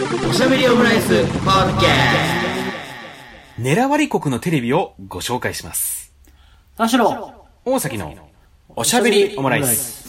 おしゃべりオムライスポッドキャスト。狙わり国のテレビをご紹介します。 田代大崎のおしゃべりオムライス。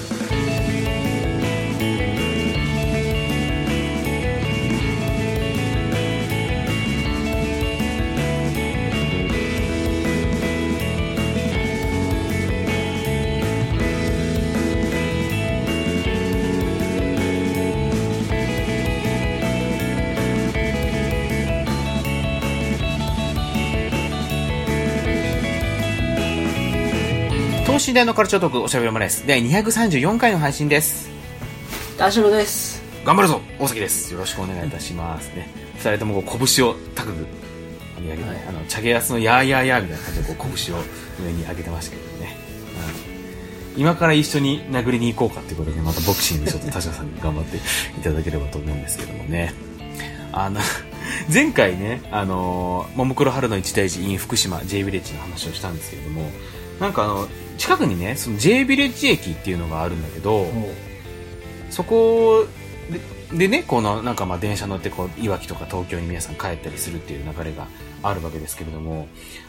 等身大のカルチャートークおしゃべりオムライス第234回の配信です。 田代です。 頑張るぞ大崎です。よろしくお願いいたしますね。二人ともこう拳を高く上げて、はい、チャゲアスのヤーヤーヤーみたいな感じでこう拳を上に上げてましたけどね、今から一緒に殴りに行こうかっていうことでまたボクシングちょっと田代さんに頑張っていただければと思うんですけどもね。前回ねももクロ春の一大事 in 福島 J ヴィレッジの話をしたんですけれども、なんか近くにねその J ヴィレッジ駅っていうのがあるんだけど、そこでねこのなんかまあ電車乗ってこういわきとか東京に皆さん帰ったりするっていう流れがあるわけですけれども、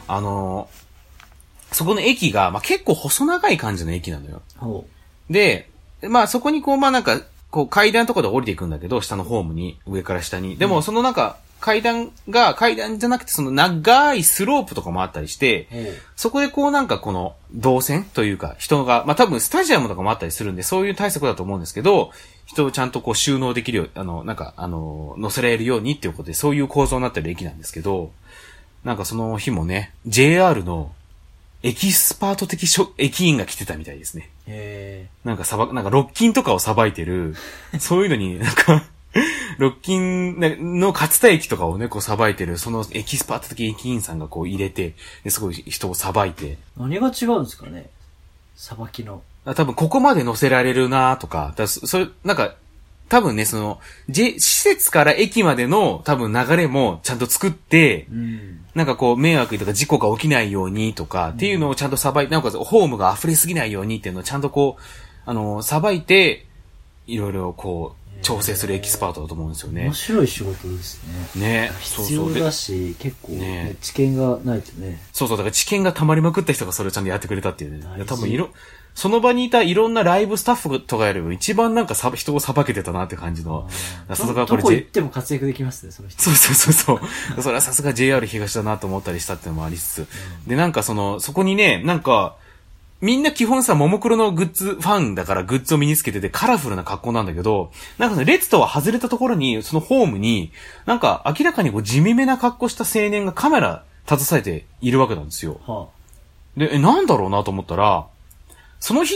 そこの駅がまあ結構細長い感じの駅なのよ。でまあそこにこうまあなんかこう階段とかで降りていくんだけど、下のホームに上から下にでもそのなんか階段じゃなくてその長いスロープとかもあったりして、そこでこうなんかこの動線というか人がまあ多分スタジアムとかもあったりするんでそういう対策だと思うんですけど、人をちゃんとこう収納できるようなんか乗せられるようにっていうことでそういう構造になってる駅なんですけど、なんかその日もね JR のエキスパート的駅員が来てたみたいですね。なんかロッキンとかをさばいてるそういうのになんかロッキンの勝田駅とかをねこうさばいてるそのエキスパート的駅員さんがこう入れてですごい人をさばいて、 何が違うんですかね、さばきの。 多分ここまで乗せられるなとか、それなんか多分ねその施設から駅までの多分流れもちゃんと作って、なんかこう迷惑とか事故が起きないようにとかっていうのをちゃんとさばいて、なんかホームが溢れすぎないようにっていうのをちゃんとこうさばいていろいろこう調整するエキスパートだと思うんですよね。 面白い仕事ですね。 ね、 必要だし結構、ね、知見がないとね。 そうだから知見が溜まりまくった人がそれをちゃんとやってくれたっていうね。多分その場にいたいろんなライブスタッフとかよりも一番なんか人をさばけてたなって感じの。 どこ行っても活躍できますね、その人。 そう。それはさすが JR 東だなと思ったりしたっていうのもありつつ。で、なんかそこにね、なんか、みんな基本さ、ももクロのグッズファンだからグッズを身につけててカラフルな格好なんだけど、なんかその列とは外れたところに、そのホームに、なんか明らかにこう地味めな格好した青年がカメラ携えているわけなんですよ。で、なんだろうなと思ったら、その日って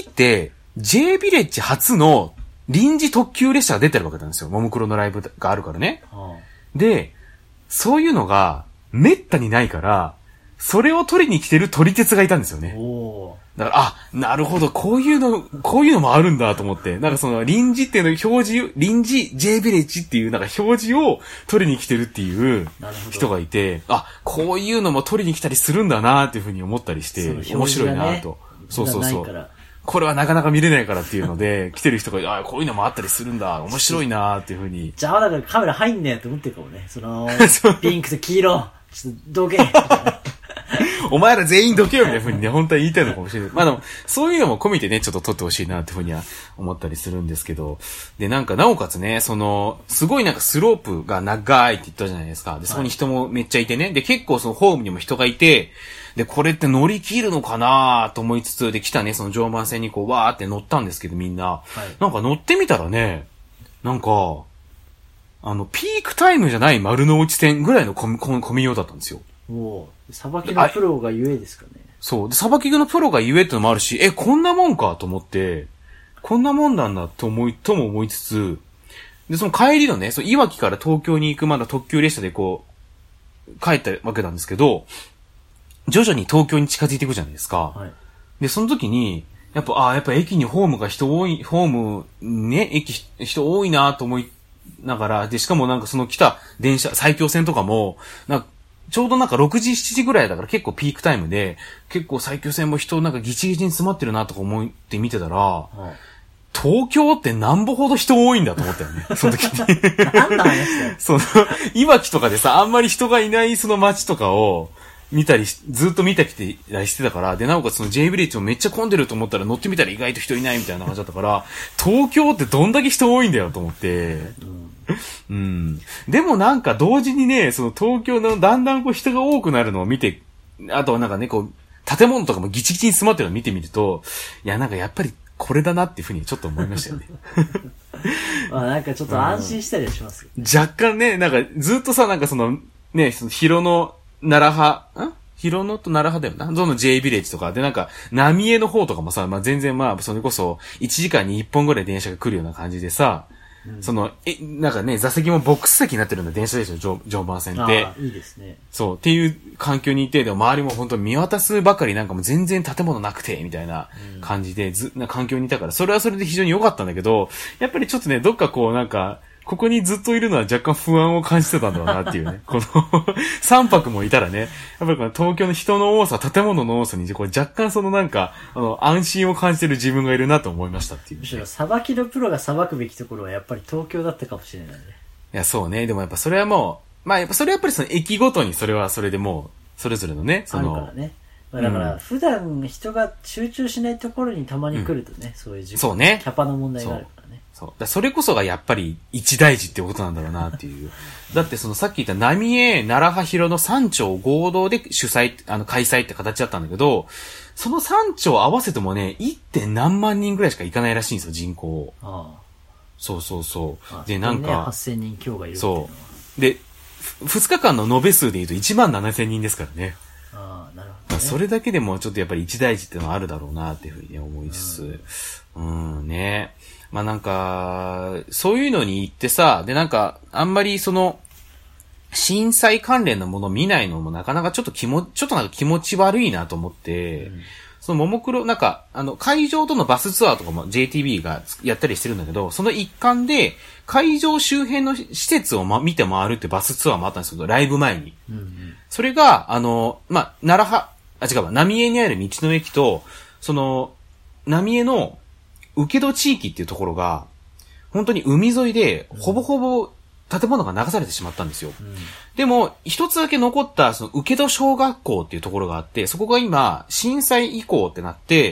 、J ヴィレッジ初の臨時特急列車が出てるわけなんですよ。ももクロのライブがあるからね。で、そういうのがめったにないから、それを撮りに来てる撮り鉄がいたんですよね。だから、なるほど、こういうのもあるんだと思って、なんかその臨時っていうの表示、臨時 J ヴィレッジっていうなんか表示を撮りに来てるっていう人がいて、こういうのも撮りに来たりするんだなっていうふうに思ったりして、面白いなと。そう。これはなかなか見れないからっていうので、来てる人が、こういうのもあったりするんだ、面白いなっていうふうに。 邪魔だからカメラ入んねえって思ってるかもね。ピンクと黄色、ちょっとどけ。 お前ら全員どけよみたいな風にね、本当は言いたいのかもしれない。まあでも、そういうのも込みでね、ちょっと撮ってほしいなっていう風には思ったりするんですけど。で、なんか、なおかつね、すごいなんかスロープが長いって言ったじゃないですか。で、そこに人もめっちゃいてね。で、結構そのホームにも人がいて、で、これって乗り切るのかなと思いつつ、で、来たね、その常磐線にこう、わーって乗ったんですけど、みんな。なんか乗ってみたらね、なんか、ピークタイムじゃない丸の内線ぐらいの混みようだったんですよ。 さばきのプロがゆえですかね。 そう。で、さばきのプロがゆえってのもあるし、こんなもんかと思って、こんなもんなんだとも思いつつ、で、その帰りのね、いわきから東京に行くまだ特急列車でこう、帰ったわけなんですけど、徐々に東京に近づいていくじゃないですか。で、その時に、やっぱ駅にホームね、人多いなと思いながら、で、しかもなんかその来た電車、埼京線とかも、ちょうどなんか6時、7時ぐらいだから結構ピークタイムで、結構埼京線も人なんかギチギチに詰まってるなとか思って見てたら、 東京ってなんぼほど人多いんだと思ったよね。その時に。 何の話だよ。 その、いわきとかでさ、あんまり人がいないその街とかを、見たりずっと見てきてたりしてたから、で、なおかつその J ビレッジもめっちゃ混んでると思ったら乗ってみたら意外と人いないみたいな感じだったから、東京ってどんだけ人多いんだよと思って。うん。でもなんか同時にね、その東京のだんだんこう人が多くなるのを見て、あとはなんかね、こう、建物とかもギチギチに詰まってるのを見てみると、いやなんかやっぱりこれだなっていうふうにちょっと思いましたよね。 まあなんかちょっと安心したりはしますけど、 ね、若干ね、なんかずっとさ、なんかその、ね、その広野、奈良派、広野と奈良派だよな。どの J ビレッジとか。で、なんか、浪江の方とかもさ、まあ、全然まあ、それこそ、1時間に1本ぐらい電車が来るような感じでさ、その、なんかね、座席もボックス席になってるんだ、電車でしょ、常磐線って。 ああ、いいですね。 そう、っていう環境にいて、でも周りも本当に見渡すばかりなんかも全然建物なくて、みたいな感じで、な環境にいたから、それはそれで非常に良かったんだけど、やっぱりちょっとね、どっかこうなんか、ここにずっといるのは若干不安を感じてたんだろうなっていうね。この3泊もいたらね、やっぱりこの東京の人の多さ、建物の多さに、これ若干そのなんか、安心を感じてる自分がいるなと思いましたっていう、ね。 むしろ、裁きのプロが裁くべきところはやっぱり東京だったかもしれないね。 いや、そうね。でもやっぱそれはもう、まあやっぱそれはやっぱりその駅ごとにそれはそれでもう、それぞれのね、その。 あるからね。まあ、だから、普段人が集中しないところにたまに来るとね、そういうそうね。 キャパの問題があるからね。 そう。それこそがやっぱり一大事ってことなんだろうなっていう。だってそのさっき言った浪江、奈良葉広の3町合同で主催、開催って形だったんだけど、その3町合わせてもね、1. 何万人ぐらいしか行かないらしいんですよ、人口。 ああ。 そうそうそう。 で、 なんか、 8000人強がいるっていうのは。そう。で、2日間の延べ数で言うと17000人ですからね。 ああ、なるほど、ね。 それだけでもちょっとやっぱり一大事っていうのはあるだろうなっていうふうに思いつつ、ね。まあなんか、そういうのに行ってさ、でなんか、あんまりその、震災関連のものを見ないのもなかなかちょっとなんか気持ち悪いなと思って、そのももクロ、なんか、会場とのバスツアーとかも JTB がやったりしてるんだけど、その一環で、会場周辺の施設を見て回るってバスツアーもあったんですけど、ライブ前に。それが、まあ、浪江にある道の駅と、その、浪江の、請戸地域っていうところが、本当に海沿いで、ほぼほぼ建物が流されてしまったんですよ。でも、一つだけ残った、その請戸小学校っていうところがあって、そこが今、震災以降ってなって、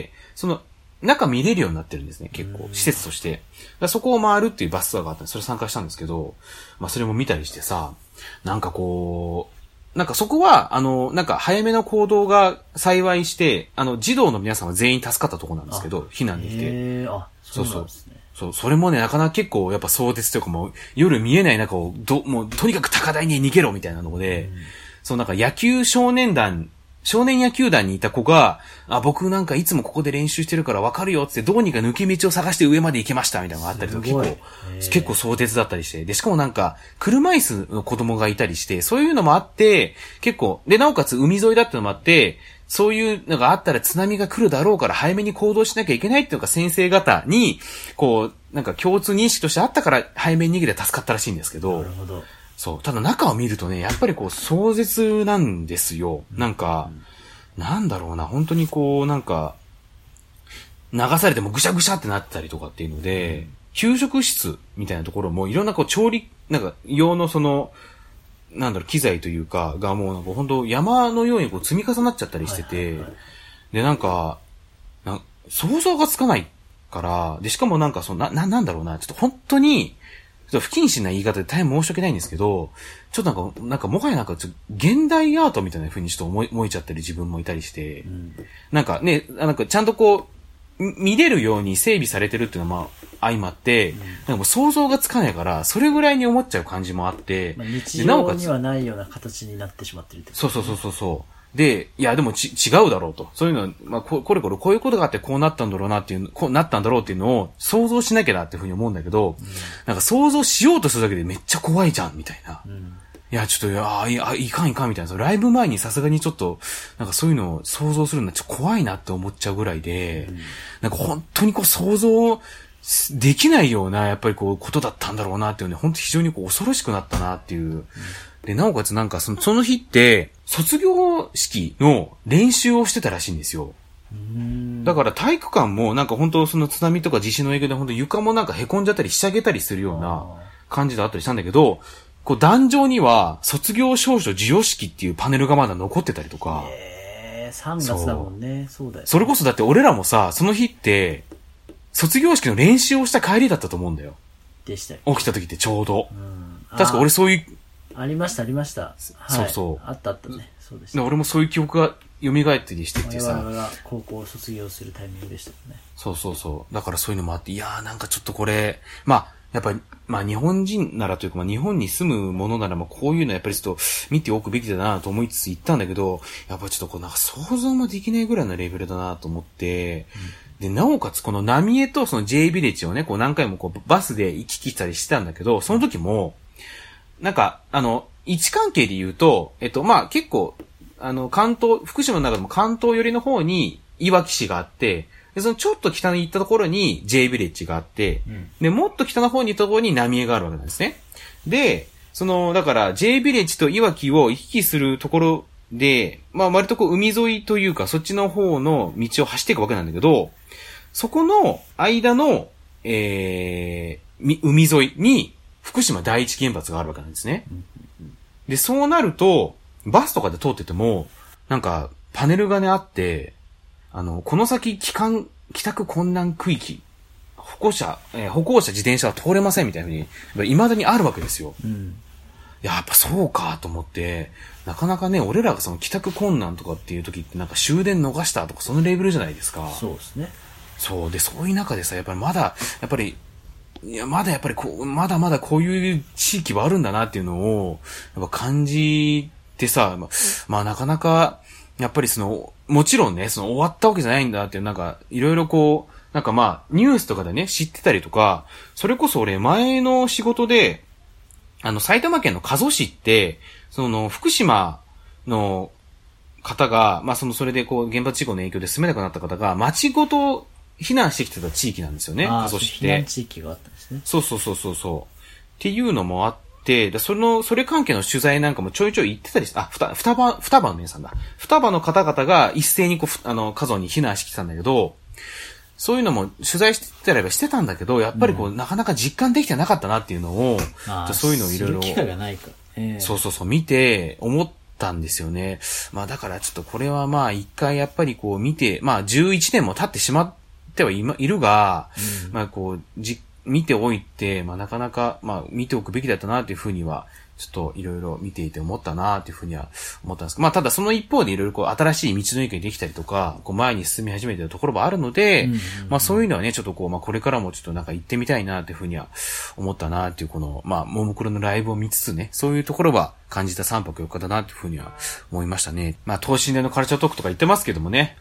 その、中見れるようになってるんですね、結構、施設として。そこを回るっていうバスツアーがあったんで、それ参加したんですけど、まあ、それも見たりしてさ、なんかこう、なんかそこは、なんか早めの行動が幸いして、児童の皆さんは全員助かったところなんですけど、避難できて。 そうなんですね。 そう、それもね、なかなか結構やっぱ壮絶というかもう、夜見えない中を、もうとにかく高台に逃げろみたいなので、そうなんか少年野球団にいた子が、僕なんかいつもここで練習してるから分かるよってどうにか抜け道を探して上まで行けましたみたいなのがあったりと結構壮絶だったりして、で、しかもなんか、車椅子の子供がいたりして、そういうのもあって、結構、で、なおかつ海沿いだってのもあって、そういうのがあったら津波が来るだろうから早めに行動しなきゃいけないっていうのが先生方に、こう、なんか共通認識としてあったから早めに逃げて助かったらしいんですけど、 なるほど。 そう。ただ中を見るとね、やっぱりこう壮絶なんですよ。なんか、なんだろうな、本当にこう、なんか、流されてもぐしゃぐしゃってなったりとかっていうので、給食室みたいなところもいろんなこう調理、なんか用のその、なんだろう、機材というか、がもうなんか本当山のようにこう積み重なっちゃったりしてて、で、なんか、想像がつかないから、で、しかもなんかなんだろうな、ちょっと本当に、不謹慎な言い方で大変申し訳ないんですけど、ちょっとなんかもはやなんか現代アートみたいな風にちょっと思えちゃってる自分もいたりして、なんかね、なんかちゃんとこう、見れるように整備されてるっていうのはまあ相まって、なんかもう想像がつかないから、それぐらいに思っちゃう感じもあって、 日常にはないような形になってしまってるってことですね。そう。で、いや、でも違うだろうと。そういうのは、まあ、こういうことがあってこうなったんだろうなっていう、こうなったんだろうっていうのを想像しなきゃなっていうふうに思うんだけど、なんか想像しようとするだけでめっちゃ怖いじゃん、みたいな。いや、ちょっと、いかんみたいな。ライブ前にさすがにちょっと、なんかそういうのを想像するのはちょっと怖いなって思っちゃうぐらいで、なんか本当にこう想像できないような、やっぱりこう、ことだったんだろうなっていうね、本当非常にこう恐ろしくなったなっていう。で、なおかつなんかその日って、卒業式の練習をしてたらしいんですよ。 だから体育館もなんか本当その津波とか地震の影響で本当床もなんか凹んじゃったりひしゃげたりするような感じであったりしたんだけど、こう壇上には卒業証書授与式っていうパネルがまだ残ってたりとか。 3月だもんね。そうだよ。 それこそだって俺らもさ、その日って、卒業式の練習をした帰りだったと思うんだよ。 でしたよ。 起きた時ってちょうど。確か俺そういう。 ありました、ありました。 そうそう。 あったあったね。そうでした。 俺もそういう記憶が蘇ったりしててさ。 我々が高校を卒業するタイミングでしたもんね。 そうそうそう。だからそういうのもあって、いやーなんかちょっとこれ、まあ、やっぱり、まあ日本人ならというか、まあ日本に住むものなら、まあこういうのやっぱりちょっと見ておくべきだなと思いつつ言ったんだけど、やっぱりちょっとこうなんか想像もできないぐらいのレベルだなと思って、で、なおかつこの浪江とその J ビレッジをね、こう何回もこうバスで行き来したりしてたんだけど、その時も、なんか、位置関係で言うと、まあ結構、関東、福島の中でも関東寄りの方にいわき市があって、で、そのちょっと北に行ったところに J ビレッジがあって、で、もっと北の方に行ったところに浪江があるわけなんですね。で、だから J ビレッジといわきを行き来するところで、まあ割とこう海沿いというか、そっちの方の道を走っていくわけなんだけど、そこの間の、海沿いに福島第一原発があるわけなんですね。で、そうなると、バスとかで通ってても、なんか、パネルがね、あって、この先、帰宅困難区域、歩行者、自転車は通れませんみたいな風に、未だにあるわけですよ。やっぱそうかと思って、なかなかね、俺らがその帰宅困難とかっていう時ってなんか終電逃したとかそのレベルじゃないですか。 そうですね。 そう。で、そういう中でさ、やっぱりまだまだまだこういう地域はあるんだなっていうのを、やっぱ感じてさ、まあなかなか、やっぱりもちろんね、終わったわけじゃないんだっていう、なんか、いろいろこう、なんかまあ、ニュースとかでね、知ってたりとか、それこそ俺前の仕事で、埼玉県の加須市って、福島の方が、まあそれでこう、原発事故の影響で住めなくなった方が、町ごと避難してきてた地域なんですよね、加須市って。 避難地域があったんですね。 そう。っていうのもあって、それ関係の取材なんかもちょいちょい行ってたりして、双葉の皆さんだ。双葉の方々が一斉にこう、加須に避難してきたんだけど、そういうのも取材してたりしてたんだけど、やっぱりこう、なかなか実感できてなかったなっていうのを、そういうのをいろいろ。 機会がないか。 そう、見て、思ったんですよね。まあだからちょっとこれはまあ一回やっぱりこう見て、まあ11年も経ってしまってはいるが、まあこう、見ておいて、まあなかなか、まあ見ておくべきだったなというふうには、ちょっといろいろ見ていて思ったなというふうには思ったんですけど、まあただその一方でいろいろこう新しい道の駅ができたりとか、こう前に進み始めているところもあるので、まあそういうのはね、ちょっとこう、まあこれからもちょっとなんか行ってみたいなというふうには思ったなというこの、まあももクロのライブを見つつね、そういうところは感じた3泊4日だなというふうには思いましたね。まあ等身大のカルチャートークとか言ってますけどもね、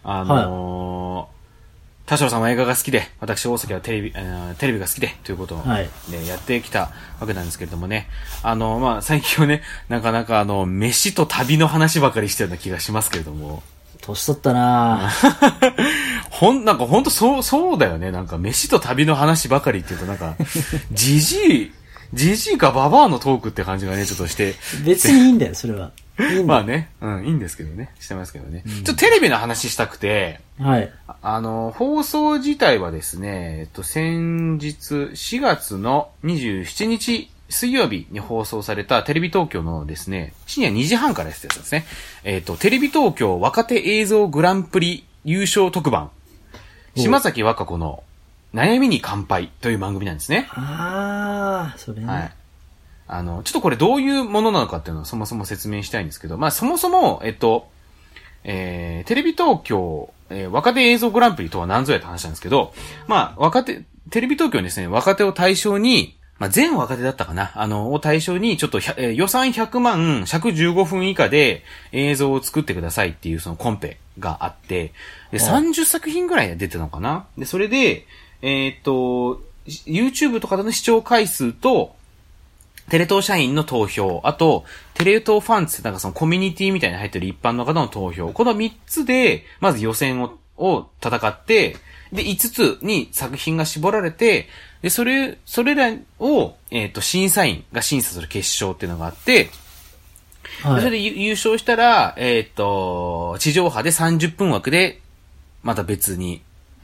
田代さんは映画が好きで、私大崎はテレビが好きで、ということを、ね、やってきたわけなんですけれどもね。まあ、最近はね、なかなか飯と旅の話ばかりしてるような気がしますけれども。 年取ったなぁ。なんかほんとそうだよね。なんか飯と旅の話ばかりって言うとなんか、じじいかババアのトークって感じがね、ちょっとして。 別にいいんだよ、それは。 まあね、いいんですけどね。してますけどね。ちょっとテレビの話したくて、 はい。 放送自体はですね、先日4月の27日水曜日に放送されたテレビ東京のですね、深夜2時半からやってたやつですね。テレビ東京若手映像グランプリ優勝特番、島崎和歌子の悩みに乾杯という番組なんですね。 それね。 はい。ちょっとこれどういうものなのかっていうのをそもそも説明したいんですけど、まあそもそも、テレビ東京、若手映像グランプリとは何ぞやって話なんですけど、まあテレビ東京にですね、若手を対象に、まあ全若手だったかな、を対象にちょっと予算100万、尺15分以下で映像を作ってくださいっていうそのコンペがあって、で、30作品ぐらい出てたのかな。で、それで、YouTube とかでの視聴回数と、テレ東社員の投票、あと、テレ東ファンツってなんかそのコミュニティみたいに入ってる一般の方の投票。この3つで、まず予選を戦って、で、5つに作品が絞られて、で、それらを、審査員が審査する決勝っていうのがあって、はい、それで優勝したら、地上波で30分枠で、また別に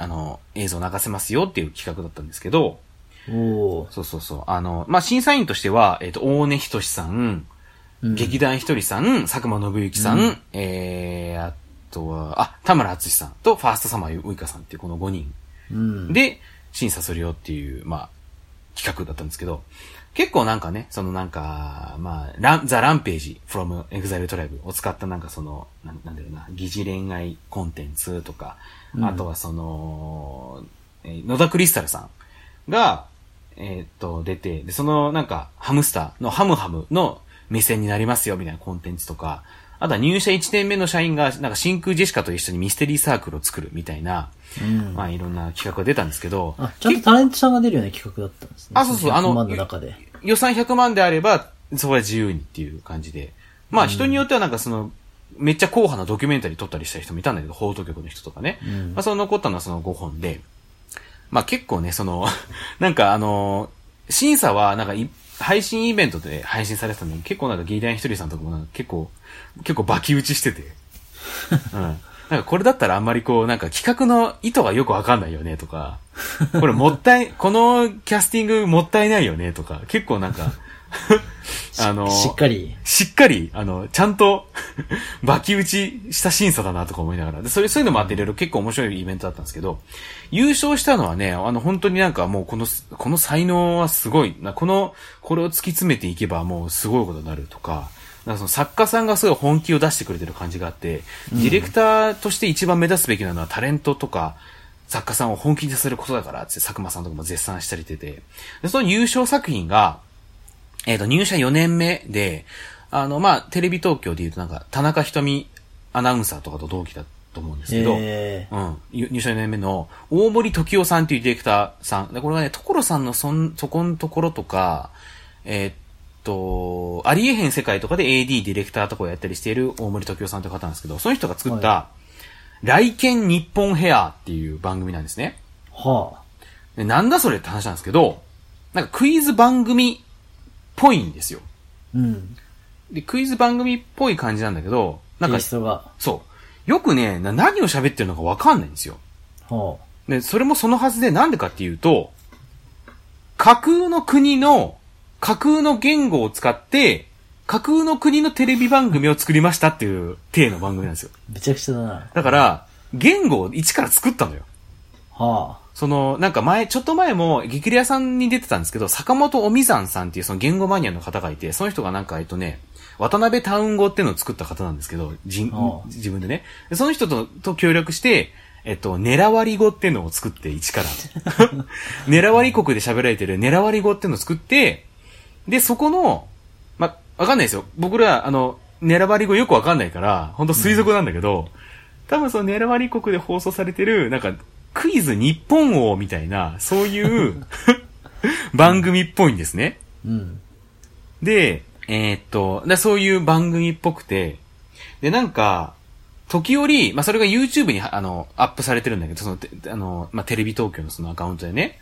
映像流せますよっていう企画だったんですけど、 おー。 そうそうそう。まあ、審査員としては、大根仁さん、劇団ひとりさん、佐久間信之さん、あとは、田村淳さんとファーストサマーウイカさんっていうこの5人で審査するよっていう、まあ、企画だったんですけど、結構なんかね、まあ、ザ・ランページ from EXILE TRIBE を使ったなんかなんだろうな、疑似恋愛コンテンツとか、あとは野田クリスタルさんが、出て、で、なんか、ハムスターのハムハムの目線になりますよ、みたいなコンテンツとか、あとは入社1年目の社員が、なんか真空ジェシカと一緒にミステリーサークルを作るみたいな、まあいろんな企画が出たんですけど。 ちゃんとタレントさんが出るような企画だったんですね。 そうそう、 100万の中で。 予算100万であれば、そこは自由にっていう感じで。まあ人によってはなんかめっちゃ硬派なドキュメンタリー撮ったりした人もいたんだけど、報道局の人とかね。まあ残ったのはその5本で、まあ結構ね、なんか審査はなんか配信イベントで配信されてたのに、結構なんか劇団ひとりさんとかもなんか結構バキ打ちしてて。なんかこれだったらあんまりなんか企画の意図がよくわかんないよねとか、これこのキャスティングもったいないよねとか、結構なんか、 しっかり、 ちゃんとバキ打ちした審査だなとか思いながら。で、そういうのもあっていろいろ結構面白いイベントだったんですけど、優勝したのはね、本当になんかもうこの才能はすごいな、これを突き詰めていけばもうすごいことになるとか、なんか作家さんがすごい本気を出してくれてる感じがあって、ディレクターとして一番目指すべきなのはタレントとか、作家さんを本気にさせることだからって、佐久間さんとかも絶賛したりしてて、で、その優勝作品が、入社4年目で、まあ、テレビ東京で言うとなんか、田中瞳アナウンサーとかと同期だと思うんですけど、入社4年目の大森時夫さんっていうディレクターさん。で、これがね、所さんのそこのところとか、ありえへん世界とかで AD ディレクターとかをやったりしている大森時夫さんという方なんですけど、その人が作った、来県日本ヘアっていう番組なんですね。 はあ。 で、なんだそれって話なんですけど、なんかクイズ番組っぽいんですよ。で、クイズ番組っぽい感じなんだけど、なんか、そう。よくね、何を喋ってるのかわかんないんですよ。 はあ。 で、それもそのはずでなんでかっていうと、架空の国の架空の言語を使って、架空の国のテレビ番組を作りましたっていう体の番組なんですよ。 めちゃくちゃだな。 だから、言語を一から作ったのよ。 はあ。 なんかちょっと前も激レアさんに出てたんですけど、坂本おみざんさんっていうその言語マニアの方がいて、その人がなんか渡辺タウン語っていうのを作った方なんですけど、自分でね。でその人と協力して、狙わり語っていうのを作って、一から。狙わり国で喋られてる狙わり語っていうのを作って、で、そこの、わかんないですよ。僕ら、狙わり語よくわかんないから、ほんと推測なんだけど、多分その狙わり国で放送されてる、なんか、クイズ日本王みたいな、そういう番組っぽいんですね。で、そういう番組っぽくて、で、なんか、時折、それが YouTube にアップされてるんだけど、テレビ東京のそのアカウントでね、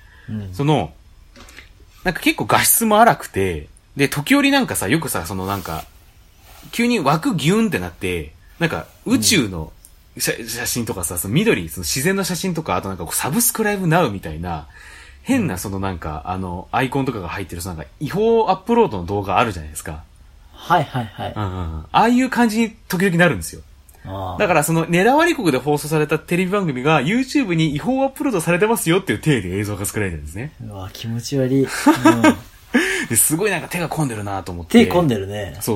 なんか結構画質も荒くて、で、時折なんかさ、よくさ、なんか、急に枠ギュンってなって、なんか宇宙の写真とかさ、緑、自然の写真とか、あとなんかサブスクライブナウみたいな、変ななんか、アイコンとかが入ってる、なんか違法アップロードの動画あるじゃないですか。 はいはいはい。 ああいう感じに時々なるんですよ。だから狙わり国で放送されたテレビ番組が YouTube に違法アップロードされてますよっていう体で映像が作られてるんですね。 うわ、気持ち悪い。 ですごいなんか手が込んでるなと思って。 手込んでるね。 そう。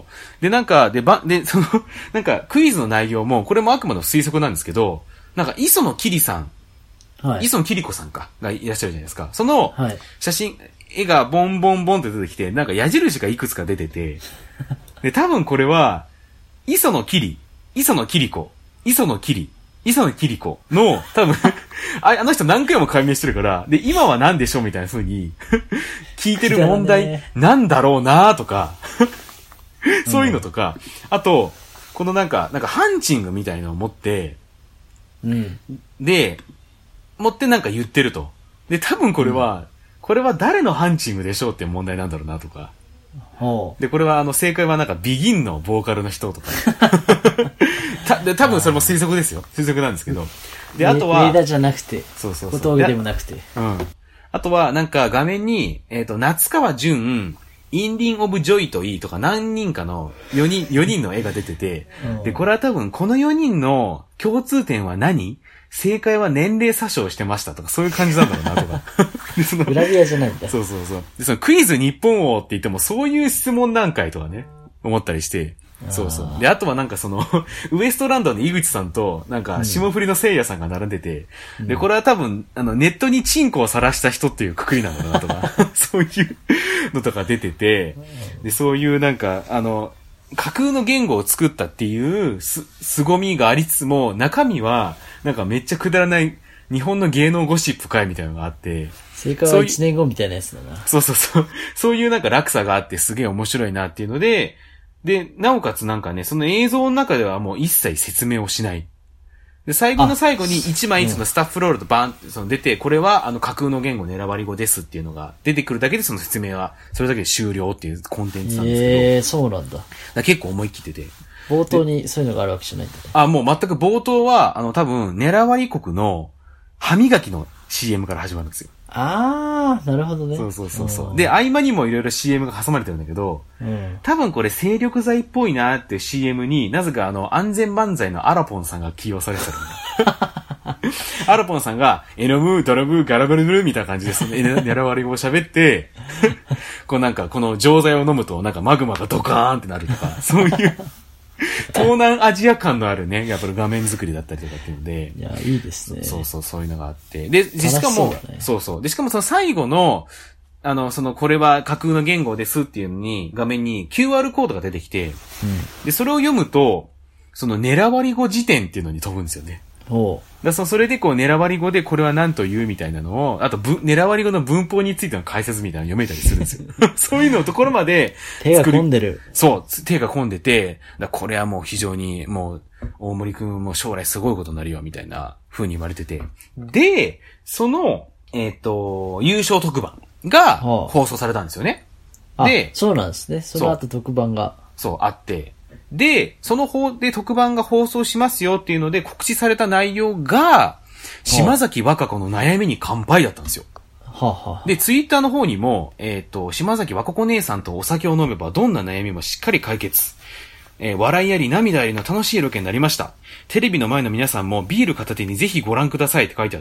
で、なんか、なんかクイズの内容も、これもあくまでも推測なんですけど、なんか磯野桐さん、磯野桐子さんか、がいらっしゃるじゃないですか。その、写真、絵がボンボンボンって出てきて、なんか矢印がいくつか出てて、で、多分これは、磯野桐子の、多分あの人何回も解明してるから、で、今は何でしょうみたいな風に聞いてる問題なんだろうなとかそういうのとか、あと、このなんかハンチングみたいのを持って、で、持ってなんか言ってると。で、多分これは誰のハンチングでしょうっていう問題なんだろうなとか。で、これは正解はなんかビギンのボーカルの人とか。っ多分それも推測ですよ。推測なんですけど。で、あとは、 レーダーじゃなくて、 そうそうそう。 小峠でもなくて。 うん。あとは、なんか画面に、夏川淳、インディン・オブ・ジョイといいとか何人かの4人の絵が出てて、で、これは多分この4人の共通点は何？正解は年齢詐称してましたとか、そういう感じなんだろうなとか。で、そのグラビアじゃないんだ。 そうそうそう。で、そのクイズ日本王って言ってもそういう質問段階とかね、思ったりして、そうそう。で、あとはなんかその、ウエストランドの井口さんと、なんか、霜降りのせいやさんが並んでて、で、これは多分、ネットにチンコを晒した人っていうくくりなんだなとか、そういうのとか出てて、で、そういうなんか、架空の言語を作ったっていう凄みがありつつも、中身は、なんかめっちゃくだらない日本の芸能ゴシップ会みたいなのがあって、 正解は1年後みたいなやつだな。 そうそうそう。そういうなんか落差があってすげえ面白いなっていうので、で、なおかつなんかね、その映像の中ではもう一切説明をしない。で、最後の最後に1枚そのスタッフロールとバーンってその出て、これは架空の言語狙わり語ですっていうのが出てくるだけでその説明は、それだけで終了っていうコンテンツなんですけど。 そうなんだ。 結構思い切ってて。 冒頭にそういうのがあるわけじゃないんだね。 もう全く冒頭は、多分、狙わり国の歯磨きの CM から始まるんですよ。 なるほどね。 そうそうそうそう。で、合間にもいろいろ CM が挟まれてるんだけど、多分これ精力剤っぽいなっていう CM になぜか安全漫才のアラポンさんが起用されてたんだ。アラポンさんが、エノムー、ドラブー、ガラブルブルみたいな感じですね。狙われ語を喋って、こうなんかこの錠剤を飲むとなんかマグマがドカーンってなるとか、そういう、東南アジア感のあるね、やっぱり画面作りだったりとかっていうので。 いや、いいですね。 そうそう、そういうのがあって。で、しかも、そうそう。で、しかもその最後の、これは架空の言語ですっていうのに、画面に QR コードが出てきて、で、それを読むと、その狙わり語辞典っていうのに飛ぶんですよね。それでこう狙わり語でこれは何と言うみたいなのを、あと狙わり語の文法についての解説みたいなの読めたりするんですよ。そういうのところまで。 手が込んでる。 そう、手が込んでて、これはもう非常にもう、大森くんも将来すごいことになるよみたいな風に言われてて。で、その、優勝特番が放送されたんですよね。 で、そうなんですね。その後特番が。 そう、あって。で、その方で特番が放送しますよっていうので告知された内容が、島崎和歌子の悩みに乾杯だったんですよ。で、ツイッターの方にも、島崎和歌子姉さんとお酒を飲めばどんな悩みもしっかり解決。笑いあり涙ありの楽しいロケになりました。テレビの前の皆さんもビール片手にぜひご覧くださいって書いてあって、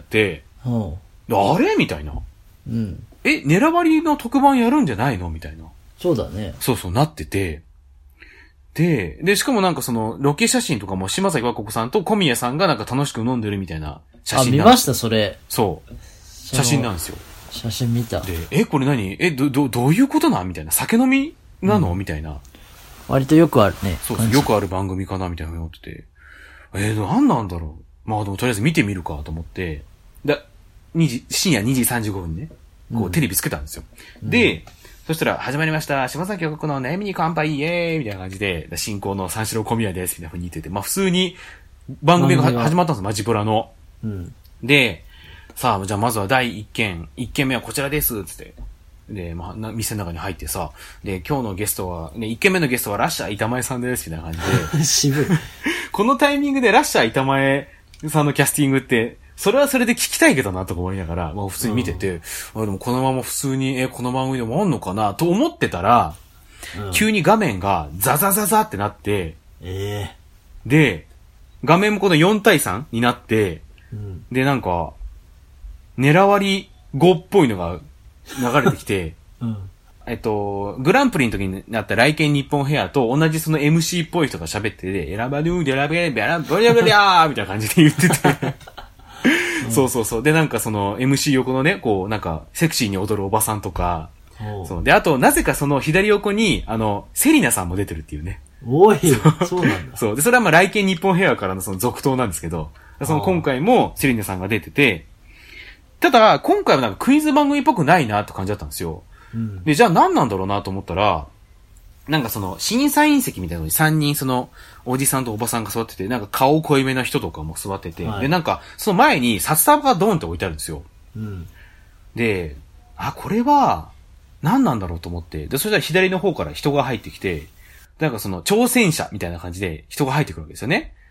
あれみたいな。狙わりの特番やるんじゃないのみたいな。 そうだね。 そうそう、なってて。で、しかもなんかその、ロケ写真とかも島崎和歌子さんと小宮さんがなんか楽しく飲んでるみたいな写真。 見ました、それ。 そう。写真なんですよ。 写真見た。 で、これ何どういうことなみたいな。酒飲みなのみたいな。 割とよくあるね。 そうそう、よくある番組かなみたいな思ってて。何なんだろう。まあでもとりあえず見てみるかと思って、深夜2時35分にね、こうテレビつけたんですよ。で、そしたら、始まりました。島崎和歌子の悩みに乾杯イエーイみたいな感じで、進行の三四郎小宮ですみたいな風に言ってて、まあ普通に番組が始まったんです、マジプラの。で、さあ、じゃあまずは第1件目はこちらです、つって。で、まあ、店の中に入ってさ、で、今日のゲストは、ね、1件目のゲストはラッシャー板前さんです、みたいな感じで。 渋い。 このタイミングでラッシャー板前さんのキャスティングって、それはそれで聞きたいけどなとか思いながら、まあ普通に見てて、でもこのまま普通に、この番組でもあんのかなと思ってたら、急に画面がザザザザってなって、で、画面もこの4対3になって、で、なんか、狙わり5っぽいのが流れてきて、グランプリの時になった来県日本ヘアと同じその MC っぽい人が喋ってて、選ばぬー、選べ、ベラン、ブリャブリャーみたいな感じで言ってて、そうそうそう。で、なんかその MC 横のね、こう、なんか、セクシーに踊るおばさんとか、そう。で、あと、なぜかその左横に、セリナさんも出てるっていうね。 おい、そうなんだ。 そう。で、それはまあ来県日本ヘアからのその続投なんですけど、その今回もセリナさんが出てて、ただ、今回はなんかクイズ番組っぽくないなって感じだったんですよ。で、じゃあ何なんだろうなと思ったら、なんかその、審査員席みたいなのに3人その、おじさんとおばさんが座ってて、なんか顔濃いめな人とかも座ってて、で、なんか、その前に札束がドーンって置いてあるんですよ。で、これは、何なんだろうと思って、で、そしたら左の方から人が入ってきて、なんかその、挑戦者みたいな感じで人が入ってくるわけですよね。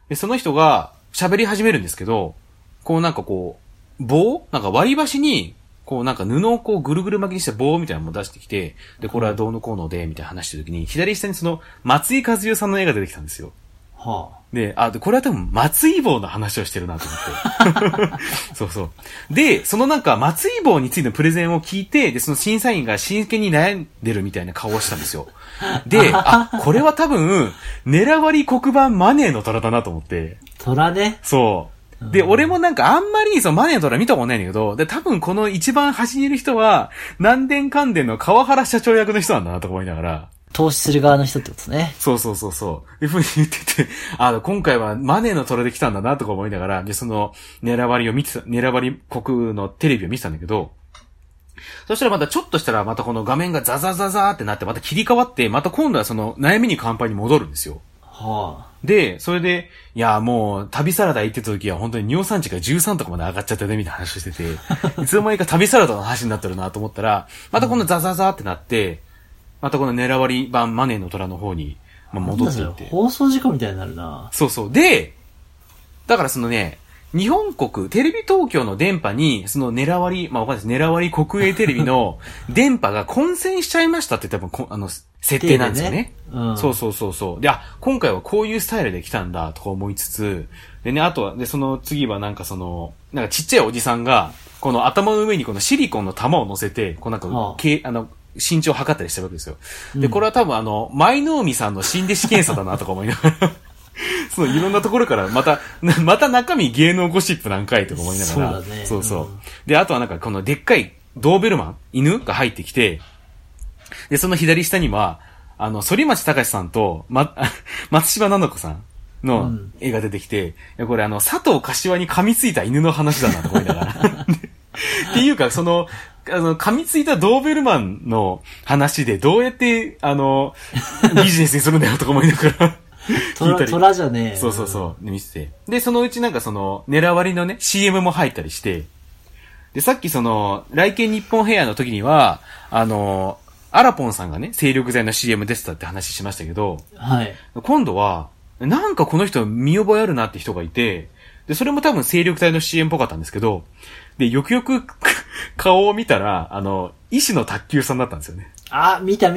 で、その人が喋り始めるんですけど、こうなんかこう、棒なんか割り箸に、こうなんか布をこうぐるぐる巻きにした棒みたいなのも出してきて、で、これはどうのこうので、みたいな話してるときに、左下にその、松井和代さんの絵が出てきたんですよ。 はあ。 で、これは多分松井棒の話をしてるなと思って。そうそう。で、そのなんか松井棒についてのプレゼンを聞いて、で、その審査員が真剣に悩んでるみたいな顔をしたんですよ。で、これは多分、狙わり黒板マネーの虎だなと思って。 虎ね。 そう。で、俺もなんかあんまりそのマネーの虎見たことないんだけど、で、多分この一番端にいる人は、南電関電の川原社長役の人なんだなと思いながら。 投資する側の人ってことね。 そうそうそうそう。いう風に言ってて、今回はマネーの虎で来たんだなとか思いながら、で、その、狙わり国のテレビを見てたんだけど、そしたらまたちょっとしたらまたこの画面がザザザザーってなってまた切り替わって、また今度はその悩みに乾杯に戻るんですよ。 はあ。 で、それで、いや、もう、旅サラダ行ってた時は本当に尿酸値が13とかまで上がっちゃったね、みたいな話をしてて、いつの間にか旅サラダの話になってるなと思ったら、またこのザザザーってなって、またこの狙わり版マネーの虎の方に、戻っていって。 放送事故みたいになるな。 そうそう。で、だからそのね、日本国、テレビ東京の電波に、その狙わり、わかんないです。狙わり国営テレビの電波が混戦しちゃいましたって多分、設定なんですよね。うん、そうそうそうそう。で、今回はこういうスタイルで来たんだ、とか思いつつ、でね、あとは、で、その次はなんかなんかちっちゃいおじさんが、この頭の上にこのシリコンの玉を乗せて、こうなんか、身長を測ったりしたわけですよ。で、これは多分舞の海さんの新弟子検査だなとか思いながら、そう、いろんなところからまた中身芸能ゴシップなんかいとか思いながら、 そうだね。 そうそう。で、あとはなんかこのでっかいドーベルマン、犬が入ってきて、で、その左下には、反町隆史さんと、松島菜々子さんの絵が出てきて、これ佐藤柏に噛みついた犬の話だなと思いながら。っていうか、噛みついたドーベルマンの話でどうやって、ビジネスにするんだよとか思いながら。 虎じゃねえ。 そうそうそう。見せて。で、そのうちなんか狙わりのね、CM も入ったりして、で、さっき来県日本ヘアの時には、アラポンさんがね、精力剤の CM でしたって話しましたけど、 はい。 今度は、なんかこの人見覚えあるなって人がいて、で、それも多分精力剤の CM っぽかったんですけど、で、よくよく顔を見たら、医師の卓球さんだったんですよね。 見た。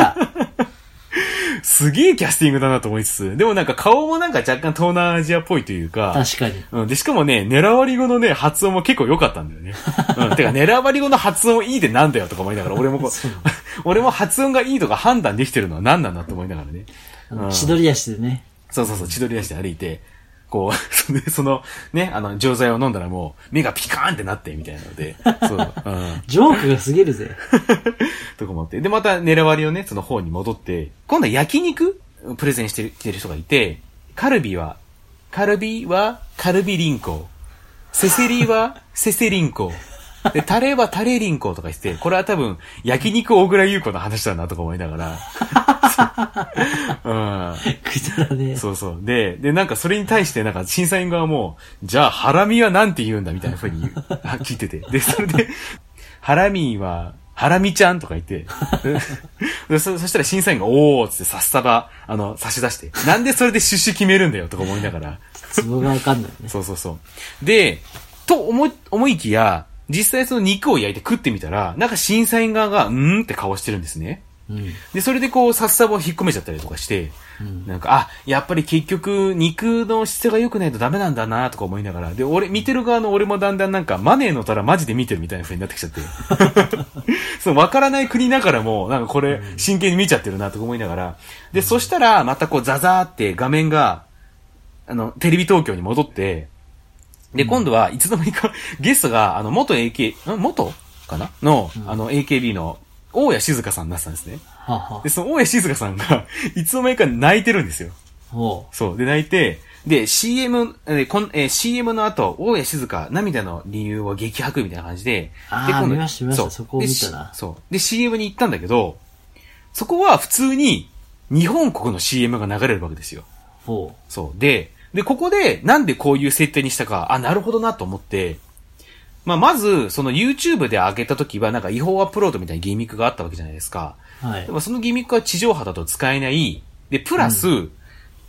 すげえキャスティングだなと思いつつ、でもなんか顔もなんか若干東南アジアっぽいというか。 確かに。 うん。で、しかもね、狙わり語のね、発音も結構良かったんだよね。うん。てか、狙わり語の発音いいでなんだよとか思いながら、俺も発音がいいとか判断できてるのは何なんだと思いながらね。 千鳥足でね。 そうそうそう、千鳥足で歩いて、こう、ね、錠剤を飲んだらもう、目がピカーンってなって、みたいなので、そう、うん。 ジョークが過ぎるぜ。 とか思って。で、また狙わりをね、その方に戻って、今度は焼肉プレゼンしてきてる人がいて、カルビはカルビリンコ。セセリはセセリンコ。で、タレはタレリンコとか言って、これは多分、焼肉小倉優子の話だなとか思いながら。うん。 くだらねえ。 そうそう。で、なんかそれに対してなんか審査員側も、じゃあ、ハラミはなんて言うんだみたいな風に聞いてて。で、それで、ハラミは、ハラミちゃんとか言って、でそしたら審査員が、おーっつってさっさば、差し出して、なんでそれで出資決めるんだよとか思いながら。 ツボがわかんないね。 そうそうそう。で、と思いきや、実際その肉を焼いて食ってみたら、なんか審査員側が、って顔してるんですね。 うん、 で、それでこう、さっさばを引っ込めちゃったりとかして、なんか、やっぱり結局、肉の質が良くないとダメなんだなとか思いながら、で、見てる側の俺もだんだんなんか、マネーの虎マジで見てるみたいな風になってきちゃって。そう、わからない国ながらも、なんかこれ、真剣に見ちゃってるなとか思いながら、で、そしたら、またこう、ザザーって画面が、テレビ東京に戻って、で、今度はいつの間にか、ゲストが、元かなの、AKB の、大谷静香さんになってたんですね。で、その大谷静香さんが、いつの間にか泣いてるんですよ。そう。で、泣いて、で、CM の後、大谷静香、涙の理由を激白みたいな感じで、 見ました、そこを見たな。 そう。で、CM に行ったんだけど、そこは普通に、日本国の CM が流れるわけですよ。そう。で、ここで、なんでこういう設定にしたか、なるほどなと思って、まず、その YouTube で上げた時は、なんか違法アップロードみたいなギミックがあったわけじゃないですか。 はい。 でもそのギミックは地上波だと使えない。で、プラス、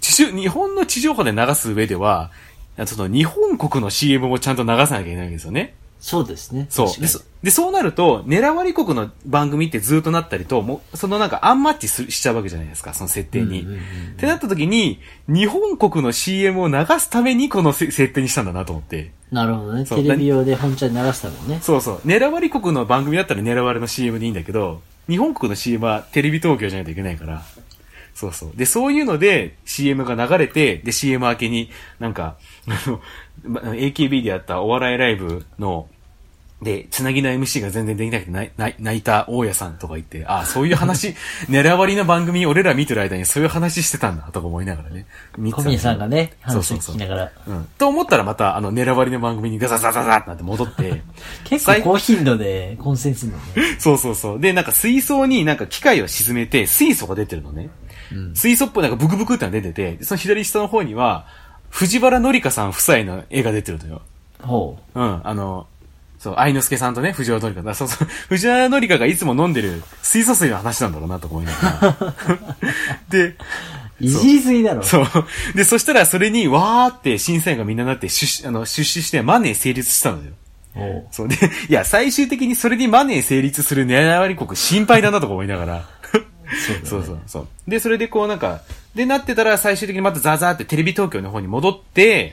日本の地上波で流す上では、その日本国の CM もちゃんと流さなきゃいけないわけですよね。 そうですね。 そう。で、そうなると、狙わり国の番組ってずっとなったりと、もう、そのなんかアンマッチしちゃうわけじゃないですか、その設定に。ってなった時に、日本国の CM を流すためにこの設定にしたんだなと思って。 なるほどね。テレビ用で本ちゃんに流すためにね。 そうそう。狙わり国の番組だったら狙われの CM でいいんだけど、日本国の CM はテレビ東京じゃないといけないから。そうそう。で、そういうので CM が流れて、で、CM 明けになんか、AKB でやったお笑いライブの、で、つなぎの MC が全然できなくて泣いた大家さんとか言って、ああ、そういう話、狙わりの番組俺ら見てる間にそういう話してたんだとか思いながらね。 小宮さんがね、話を聞きながら。 うん。と思ったらまた、狙わりの番組にガサガサガサってなって戻って。 結構高頻度で混戦するのね。 そうそうそう。で、なんか水槽になんか機械を沈めて水素が出てるのね。うん、水素っぽいなんかブクブクってのが出てて、その左下の方には、藤原紀香さん夫妻の絵が出てるのよ。 ほう。うん。そう、愛之助さんとね、藤原紀香。そうそう、藤原紀香がいつも飲んでる水素水の話なんだろうなと思いながら。で、 いじりすぎだろ。 そう。で、そしたらそれに、わーって審査員がみんななって出資してマネー成立したのよ。そうで、いや、最終的にそれにマネー成立する狙わり国心配だなとか思いながら。そうそうそう。で、それでこうなんか、でなってたら最終的にまたザーザーってテレビ東京の方に戻って、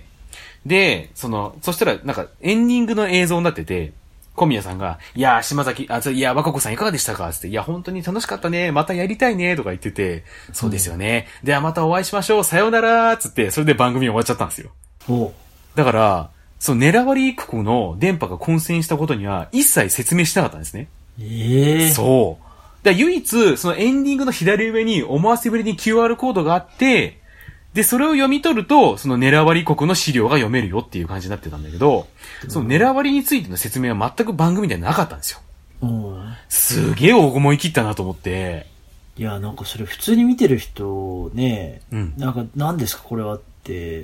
で、そしたらなんかエンディングの映像になってて、小宮さんが、いやー、島崎、いや、若子さんいかがでしたかつって、いや、本当に楽しかったね。またやりたいね。とか言ってて、そうですよね。ではまたお会いしましょう。さようならつって、それで番組終わっちゃったんですよ。だから、その狙わり国の電波が混戦したことには一切説明してなかったんですね。そう。唯一、そのエンディングの左上に思わせぶりに QR コードがあって、で、それを読み取ると、その狙わり国の資料が読めるよっていう感じになってたんだけど、その狙わりについての説明は全く番組ではなかったんですよ。すげえ思い切ったなと思って。 いや、なんかそれ普通に見てる人ね、なんか何ですかこれはって、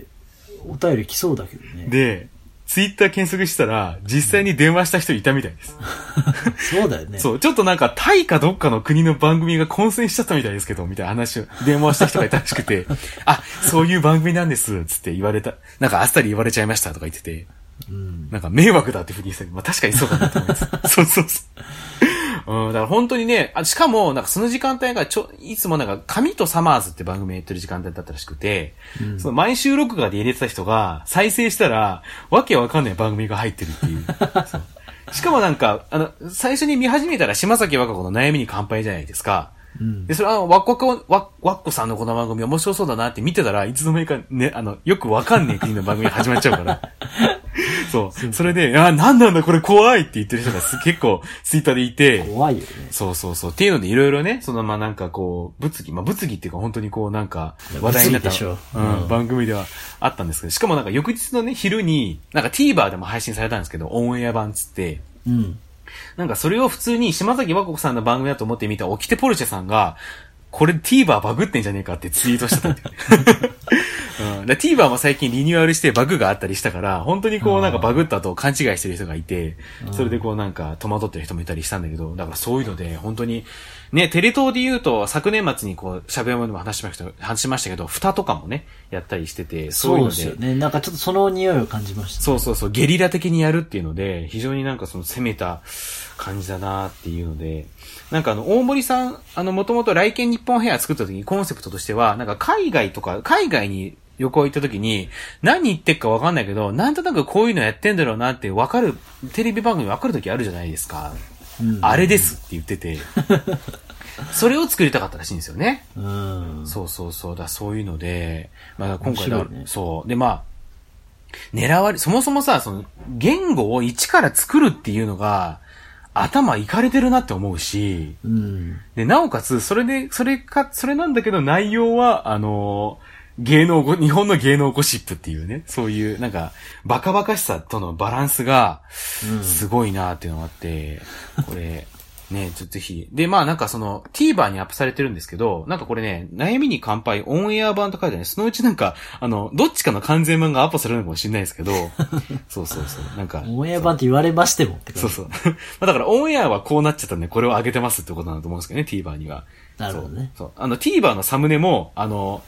お便り来そうだけどね。 で、ツイッター検索したら、実際に電話した人いたみたいです。 そうだよね。 そう、ちょっとなんか、タイかどっかの国の番組が混戦しちゃったみたいですけど、みたいな話を、電話した人がいたらしくて、あ、そういう番組なんです、つって言われた。なんか、あっさり言われちゃいましたとか言ってて、なんか、迷惑だってふうに言ってた。まあ、確かにそうだなと思います。そうそうそう。だから本当にね、しかも、なんかその時間帯がいつもなんか、神とサマーズって番組やってる時間帯だったらしくて、その毎週録画で入れてた人が、再生したら、わけわかんない番組が入ってるっていう。そうしかもなんか、最初に見始めたら島崎和歌子の悩みに乾杯じゃないですか。で、それわっこさんのこの番組面白そうだなって見てたらいつの間にかね、よくわかんねえ国の番組始まっちゃうから。そう。それで、なんなんだこれ怖いって言ってる人が結構ツイッターでいて。 怖いよね。 そうそうそう。っていうのでいろいろね、まあなんかこう、物議っていうか本当にこうなんか話題になった、番組ではあったんですけど、しかもなんか翌日のね、昼に、なんか TVer でも配信されたんですけど、オンエア版つって、なんかそれを普通に島崎和歌子さんの番組だと思って見たオキテポルシェさんが、これ TVer バグってんじゃねえかってツイートしてたって。TVer も最近リニューアルしてバグがあったりしたから、本当にこうなんかバグったと勘違いしてる人がいて、それでこうなんか戸惑ってる人もいたりしたんだけど、だからそういうので本当に、ね、テレ東で言うと昨年末にこう、しゃべやまでも話しましたけど、蓋とかもね、やったりしてて、そういうので。 そうですよね。なんかちょっとその匂いを感じました、ね。 そうそうそう、ゲリラ的にやるっていうので、非常になんかその攻めた感じだなっていうので、なんか大森さん、もともと来県日本ヘア作った時にコンセプトとしては、なんか海外に旅行行った時に、何言ってっかわかんないけど、なんとなくこういうのやってんだろうなってわかる、テレビ番組わかる時あるじゃないですか。あれですって言ってて、それを作りたかったらしいんですよね。そうそうそうだ、そういうので、まあ今回だ、ね、そう。でまあ、そもそもさ、言語を一から作るっていうのが、頭いかれてるなって思うし、で、なおかつ、それなんだけど内容は、日本の芸能ゴシップっていうね、そういう、なんか、バカバカしさとのバランスが、すごいなっていうのがあって、これ、ね、ちょっとぜひ。で、まあなんかTVer にアップされてるんですけど、なんかこれね、悩みに乾杯オンエア版と書いてね、そのうちなんか、どっちかの完全版がアップされるのかもしれないですけど、そうそうそう、なんか。 オンエア版って言われましてもってそうそう。まあだからオンエアはこうなっちゃったんで、これを上げてますってことなんだと思うんですけどね、TVer には。 なるほどね。 そう。TVer のサムネも、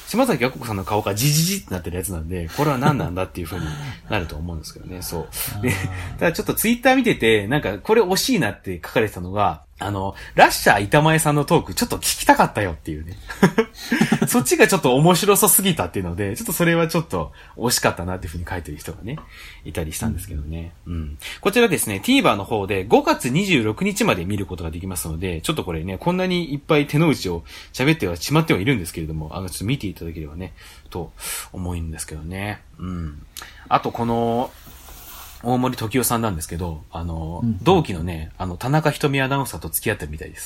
島崎和子さんの顔がジジジってなってるやつなんで、これは何なんだっていう風になると思うんですけどね、そう。で、ただちょっとツイッター見てて、なんかこれ惜しいなって書かれてたのが、ラッシャー板前さんのトークちょっと聞きたかったよっていうね。そっちがちょっと面白そうすぎたっていうので、ちょっとそれはちょっと惜しかったなっていう風に書いてる人がね、いたりしたんですけどね。うん。こちらですね、TVer の方で5月26日まで見ることができますので、ちょっとこれね、こんなにいっぱい手の内を喋ってはしまってはいるんですけれども、ちょっと見ていただければね、と思うんですけどね。うん。あとこの、大森時代さんなんですけど、同期のね、田中瞳アナウンサーと付き合ってるみたいです。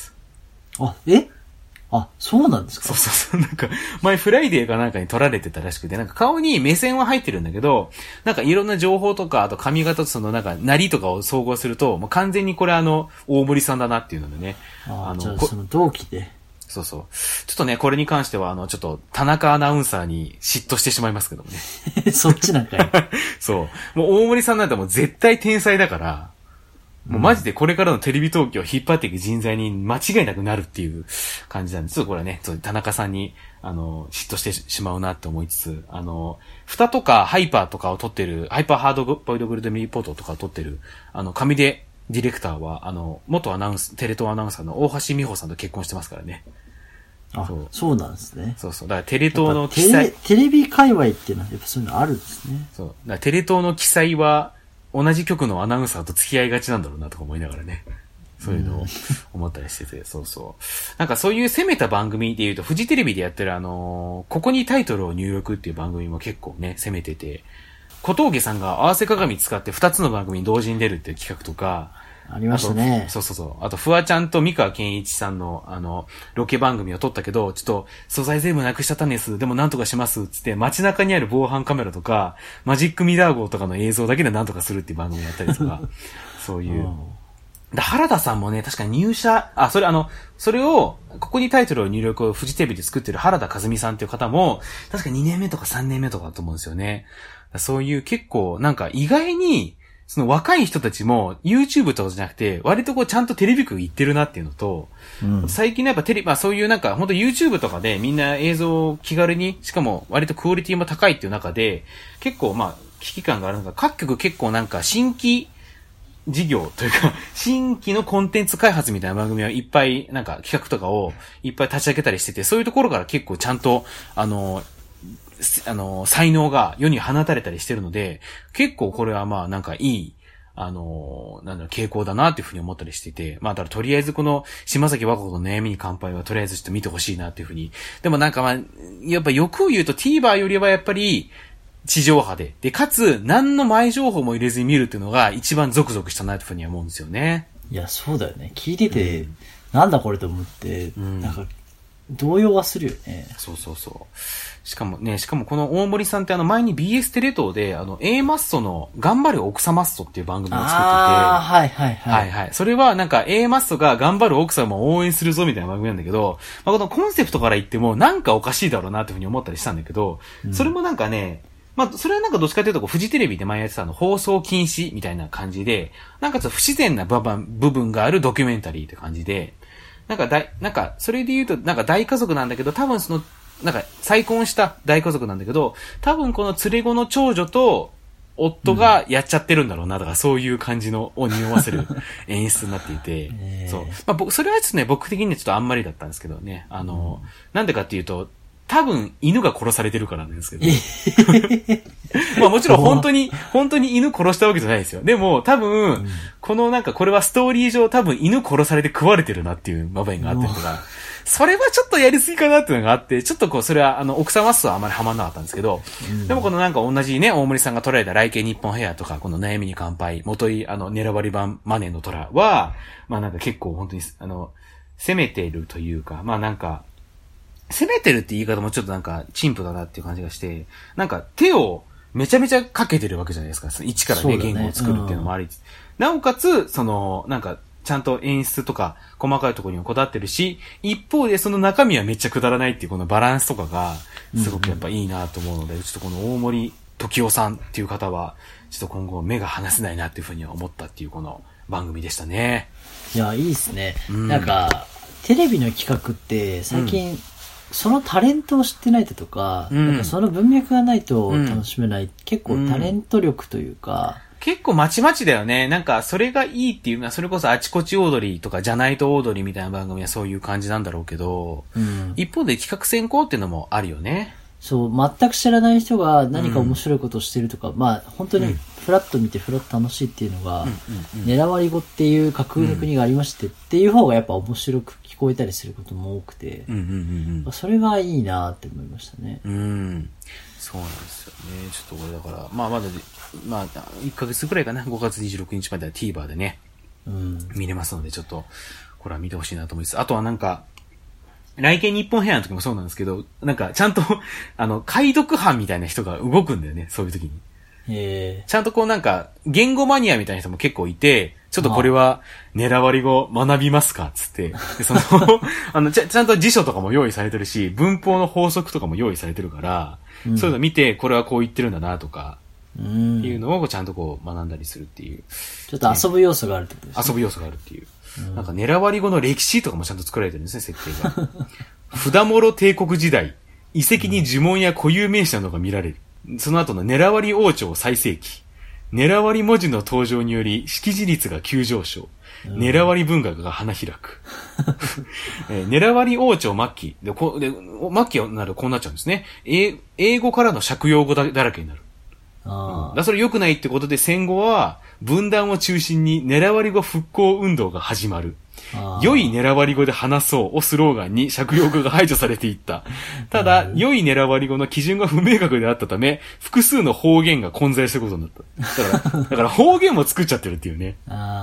そうなんですか？ そうそうそう。なんか、前フライデーかなんかに撮られてたらしくて、なんか顔に目線は入ってるんだけど、なんかいろんな情報とか、あと髪型とそのなんか、なりとかを総合すると、もう完全にこれ大森さんだなっていうのでね。 じゃあその同期で。 そうそう。ちょっとね、これに関してはちょっと、田中アナウンサーに嫉妬してしまいますけどもね。 そっちなんかい。 そう。もう大森さんなんてもう絶対天才だから、もうマジでこれからのテレビ東京を引っ張っていく人材に間違いなくなるっていう感じなんです。ちょっとこれはね、田中さんに、嫉妬してしまうなって思いつつ、フタとかハイパーとかを撮ってる、ハイパーハードボイドグルドミリポートとかを撮ってる、上出ディレクターは、元テレ東アナウンサーの大橋美穂さんと結婚してますからね。 そうなんですね。 そうそう。だからテレ東の記載。 テレビ界隈っていうのはやっぱそういうのあるんですね。 そう。だからテレ東の記載は、同じ局のアナウンサーと付き合いがちなんだろうなとか思いながらね。そういうのを思ったりしてて、そうそう。なんかそういう攻めた番組で言うと、フジテレビでやってるここにタイトルを入力っていう番組も結構ね、攻めてて、小峠さんが合わせ鏡使って2つの番組に同時に出るっていう企画とか、 ありましたね。 そうそうそう。あと、フワちゃんと三河健一さんの、ロケ番組を撮ったけど、ちょっと、素材全部なくしちゃったんです。でもなんとかします。つって、街中にある防犯カメラとか、マジックミラー号とかの映像だけでなんとかするっていう番組やったりとか、そういう。原田さんもね、確か入社、それを、ここにタイトルを入力をフジテレビで作ってる原田和美さんっていう方も、確か2年目とか3年目とかだと思うんですよね。そういう結構、なんか意外に、その若い人たちも YouTube とかじゃなくて、割とこうちゃんとテレビ局行ってるなっていうのと、最近のやっぱそういうなんか本当 YouTube とかでみんな映像を気軽に、しかも割とクオリティも高いっていう中で、結構危機感があるのが、各局結構なんか新規事業というか、新規のコンテンツ開発みたいな番組はいっぱいなんか企画とかをいっぱい立ち上げたりしてて、そういうところから結構ちゃんと、才能が世に放たれたりしてるので、結構これはなんかいい、傾向だなっていうふうに思ったりしていて、だからとりあえずこの島崎和歌子の悩みに乾杯はとりあえずちょっと見てほしいなっていうふうに。でもなんかやっぱ欲を言うと TVer よりはやっぱり地上波で、かつ何の前情報も入れずに見るっていうのが一番ゾクゾクしたなっていうふうには思うんですよね。 いや、そうだよね。聞いてて、なんだこれと思って、なんか、動揺はするよね。 そうそうそう。しかもこの大森さんって前に BS テレ東でA マッソの頑張る奥様マッソっていう番組を作ってて。 はいはいはい。 はいはい。それはなんか A マッソが頑張る奥様を応援するぞみたいな番組なんだけど、このコンセプトから言ってもなんかおかしいだろうなっていうふうに思ったりしたんだけど、それもなんかね、それはなんかどっちかというとフジテレビで前やってた放送禁止みたいな感じで、なんかちょっと不自然な部分があるドキュメンタリーって感じで、なんかそれで言うとなんか大家族なんだけど、多分なんか再婚した大家族なんだけど、多分この連れ子の長女と夫がやっちゃってるんだろうな、だからそういう感じのを匂わせる演出になっていて、そう。それはちょっとね、僕的にはちょっとあんまりだったんですけどね。なんでかっていうと、多分犬が殺されてるからなんですけど。もちろん本当に犬殺したわけじゃないですよ。でも多分、このなんかこれはストーリー上多分犬殺されて食われてるなっていう場面があったりとか、それはちょっとやりすぎかなっていうのがあって、ちょっとそれは奥様マッソはあまりハマんなかったんですけど、でもこのなんか同じね、大森さんが捉えた来系日本ヘアとか、この悩みに乾杯、元井狙わり版マネーの虎は、なんか結構本当に攻めているというか、なんか、攻めてるって言い方もちょっとなんか、陳腐だなっていう感じがして、なんか手をめちゃめちゃかけてるわけじゃないですか。一からね、言語を作るっていうのもあり、なおかつ、なんか、ちゃんと演出とか、細かいところにもこだわってるし、一方でその中身はめっちゃくだらないっていうこのバランスとかが、すごくやっぱいいなと思うので、ちょっとこの大森時代さんっていう方は、ちょっと今後目が離せないなっていうふうには思ったっていうこの番組でしたね。 いや、いいですね。なんか、テレビの企画って最近、 そのタレントを知ってないとか、なんかその文脈がないと楽しめない、結構タレント力というか、 結構まちまちだよね。なんか、それがいいっていうのは、それこそあちこちオードリーとか、じゃないとオードリーみたいな番組はそういう感じなんだろうけど、一方で企画選考っていうのもあるよね。 そう、全く知らない人が何か面白いことをしてるとか、まあ、本当にフラッと見てフラッと楽しいっていうのが、狙わり語っていう架空の国がありましてっていう方がやっぱ面白く聞こえたりすることも多くて、それがいいなって思いましたね。 そうなんですよね。ちょっとこれだから、まあまだ、まあ、1ヶ月くらいかな。5月26日までは TVer でね、見れますので、ちょっと、これは見てほしいなと思います。あとはなんか、来県日本ヘアの時もそうなんですけど、なんか、ちゃんと、解読班みたいな人が動くんだよね、そういう時に。ちゃんとこうなんか、言語マニアみたいな人も結構いて、ちょっとこれは、狙わり語学びますかつって。でちゃんと辞書とかも用意されてるし、文法の法則とかも用意されてるから、そういうの見て、これはこう言ってるんだなとか、っていうのをちゃんとこう学んだりするっていう。 ちょっと遊ぶ要素があるってことですね。 遊ぶ要素があるっていう。なんか狙わり語の歴史とかもちゃんと作られてるんですね、設定が。札幌帝国時代、遺跡に呪文や固有名詞などが見られる。その後の狙わり王朝最盛期。狙わり文字の登場により識字率が急上昇。狙わり文学が花開く。狙わり王朝末期。末期になるとこうなっちゃうんですね。英語からの借用語だらけになる。それ良くないってことで戦後は分断を中心に狙わり語復興運動が始まる。良い狙わり語で話そうをスローガンに借用語が排除されていった。ただ、良い狙わり語の基準が不明確であったため、複数の方言が混在することになった。だから方言も作っちゃってるっていうね。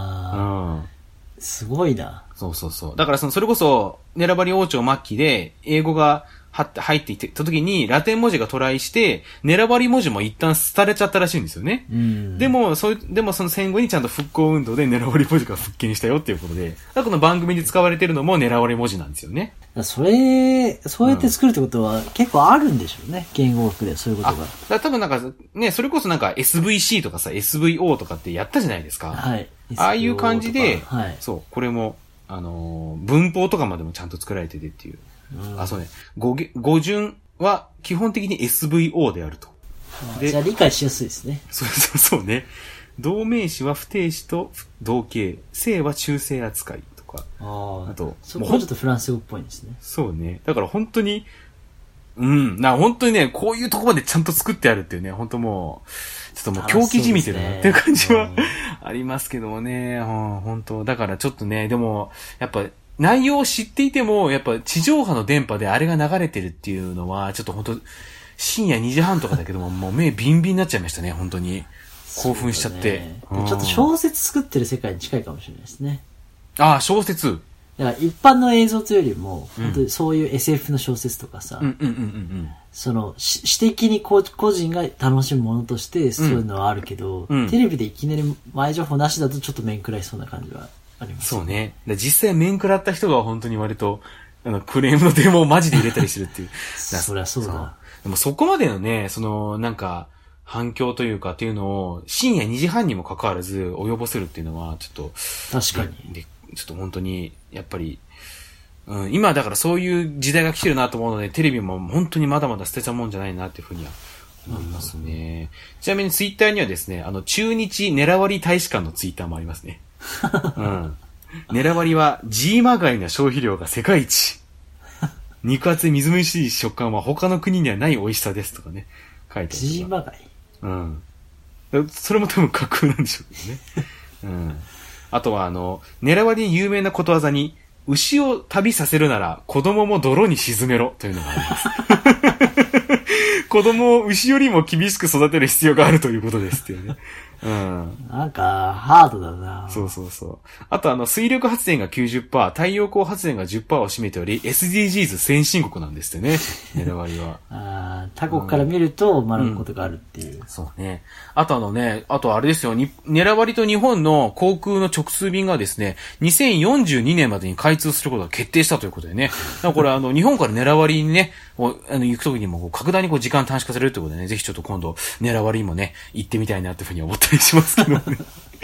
すごいな。 そう。だからそれこそ、狙わり王朝末期で、英語が入っていった時に、ラテン文字がトライして、狙わり文字も一旦廃れちゃったらしいんですよね。でもその戦後にちゃんと復興運動で狙わり文字が復権したよっていうことで、この番組で使われてるのも狙わり文字なんですよね。 そうやって作るってことは結構あるんでしょうね。言語学でそういうことが。 多分なんかね、それこそなんか SVC とかさ、SVO とかってやったじゃないですか。 はい。 ああいう感じで、そう、これも、文法とかまでもちゃんと作られててっていう。そうね。語順は基本的に SVO であると。 じゃあ理解しやすいですね。 そうね。動名詞は不定詞と動形。性は中性扱いとか。あと、 そこはちょっとフランス語っぽいんですね。 そうね。だから本当に、本当にね、こういうとこまでちゃんと作ってあるっていうね、本当もう、ちょっともう狂気じみてるなっていう感じはありますけどもね。本当だからちょっとね、でも、やっぱ、内容を知っていても、やっぱ地上波の電波であれが流れてるっていうのは、ちょっと本当深夜2時半とかだけども、もう目ビンビンになっちゃいましたね、本当に。興奮しちゃって。 ちょっと小説作ってる世界に近いかもしれないですね。 小説。 だから一般の映像というよりも、本当にそういう SF の小説とかさ、その、詩的に個人が楽しむものとしてそういうのはあるけど、テレビでいきなり前情報なしだとちょっと面食らいそうな感じはあります、 そうね。実際面食らった人が本当に割と、クレームの電話をマジで入れたりするっていう。 そりゃそうだ。 でもそこまでのね、なんか、反響というかっていうのを、深夜2時半にもかかわらず及ぼせるっていうのは、ちょっと、 確かに。 ちょっと本当に、やっぱり、今だからそういう時代が来てるなと思うので、テレビも本当にまだまだ捨てちゃうもんじゃないなっていうふうには思いますね。ちなみにツイッターにはですね、中日狙わり大使館のツイッターもありますね。狙わりは、ジーマガイの消費量が世界一。肉厚いみずみずしい食感は他の国にはない美味しさですとかね、書いてある。 ジーマガイそれも多分架空なんでしょうけどね。あとは狙わりに有名なことわざに、牛を旅させるなら子供も泥に沈めろというのがあります。子供を牛よりも厳しく育てる必要があるということですっていうね。 なんか、ハードだな。 そう。あと水力発電が 90%、太陽光発電が 10% を占めており、SDGs 先進国なんですってね、狙わりは。 他国から見ると学ぶことがあるっていう。 そうね。あとあれですよ、狙わりと日本の航空の直通便がですね、2042年までに開通することが決定したということでね。だからこれ日本から狙わりにね、行くときにも格段に時間短縮されるということでね、ぜひちょっと今度狙わりにもね、行ってみたいなというふうに思ったりしますけどね。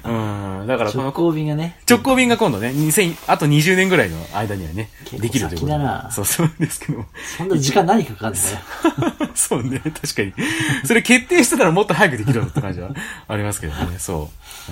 うん。だからこの直行便がね。 直行便が今度ね、あと20年ぐらいの間にはね、 結構できるということで。 先だなそうですけど。 そんな時間何かかるんだよ。 そうね、確かに。それ決定してたらもっと早くできるよって感じはありますけどね、そう。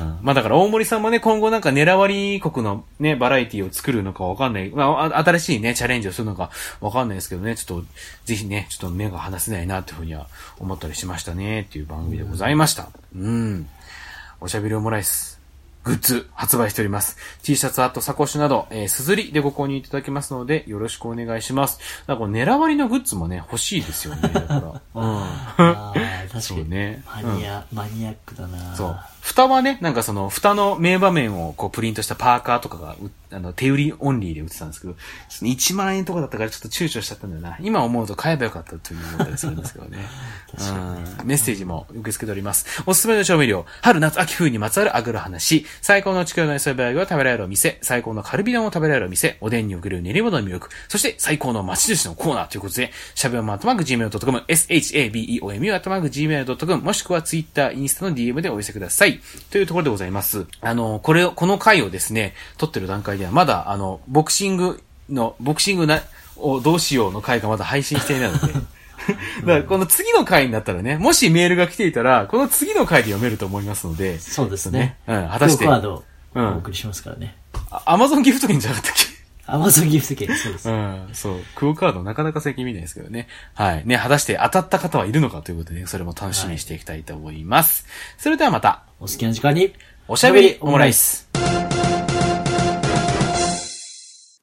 まあだから大森さんもね、今後なんか狙わり国のね、バラエティを作るのかわかんない。まあ、新しいね、チャレンジをするのかわかんないですけどね、ちょっと、ぜひね、ちょっと目が離せないなっていうふうには思ったりしましたね、っていう番組でございました。おしゃべりオムライス。グッズ発売しております。T シャツ、あとサコッシュなど、すずりでご購入いただけますので、よろしくお願いします。だからこの狙わりのグッズもね、欲しいですよね。だから。 ああ、確かに。 そうね。 マニアックだな。 そう。蓋はね、なんかその、蓋の名場面をこうプリントしたパーカーとかが、手売りオンリーで売ってたんですけど、1万円とかだったからちょっと躊躇しちゃったんだよな。今思うと買えばよかったという思ったりするんですけどね。メッセージも受け付けております。おすすめの調味料、春、夏、秋、冬にまつわるあぐる話、最高の地球の野菜バーグを食べられるお店、最高のカルビ丼を食べられるお店、おでんにおける練り物の魅力、そして最高の町寿司のコーナーということで、しゃべおま@gmail.com、shabeomu@gmail.com、もしくは Twitter、インスタの DM でお寄せください。というところでございます。この回をですね、撮ってる段階ではまだ、ボクシングをどうしようの回がまだ配信していないので、だからこの次の回になったらね、もしメールが来ていたら、この次の回で読めると思いますので。 そうですね。 果たして。 クオカードをお送りしますからね。 Amazon ギフト券じゃなかったっけ Amazon ギフト券、そうです。 そう。クオカードなかなか最近見ないですけどね。はい。ね、果たして当たった方はいるのかということで、それも楽しみにしていきたいと思います。それではまた。 お好きな時間に、 おしゃべりオムライス。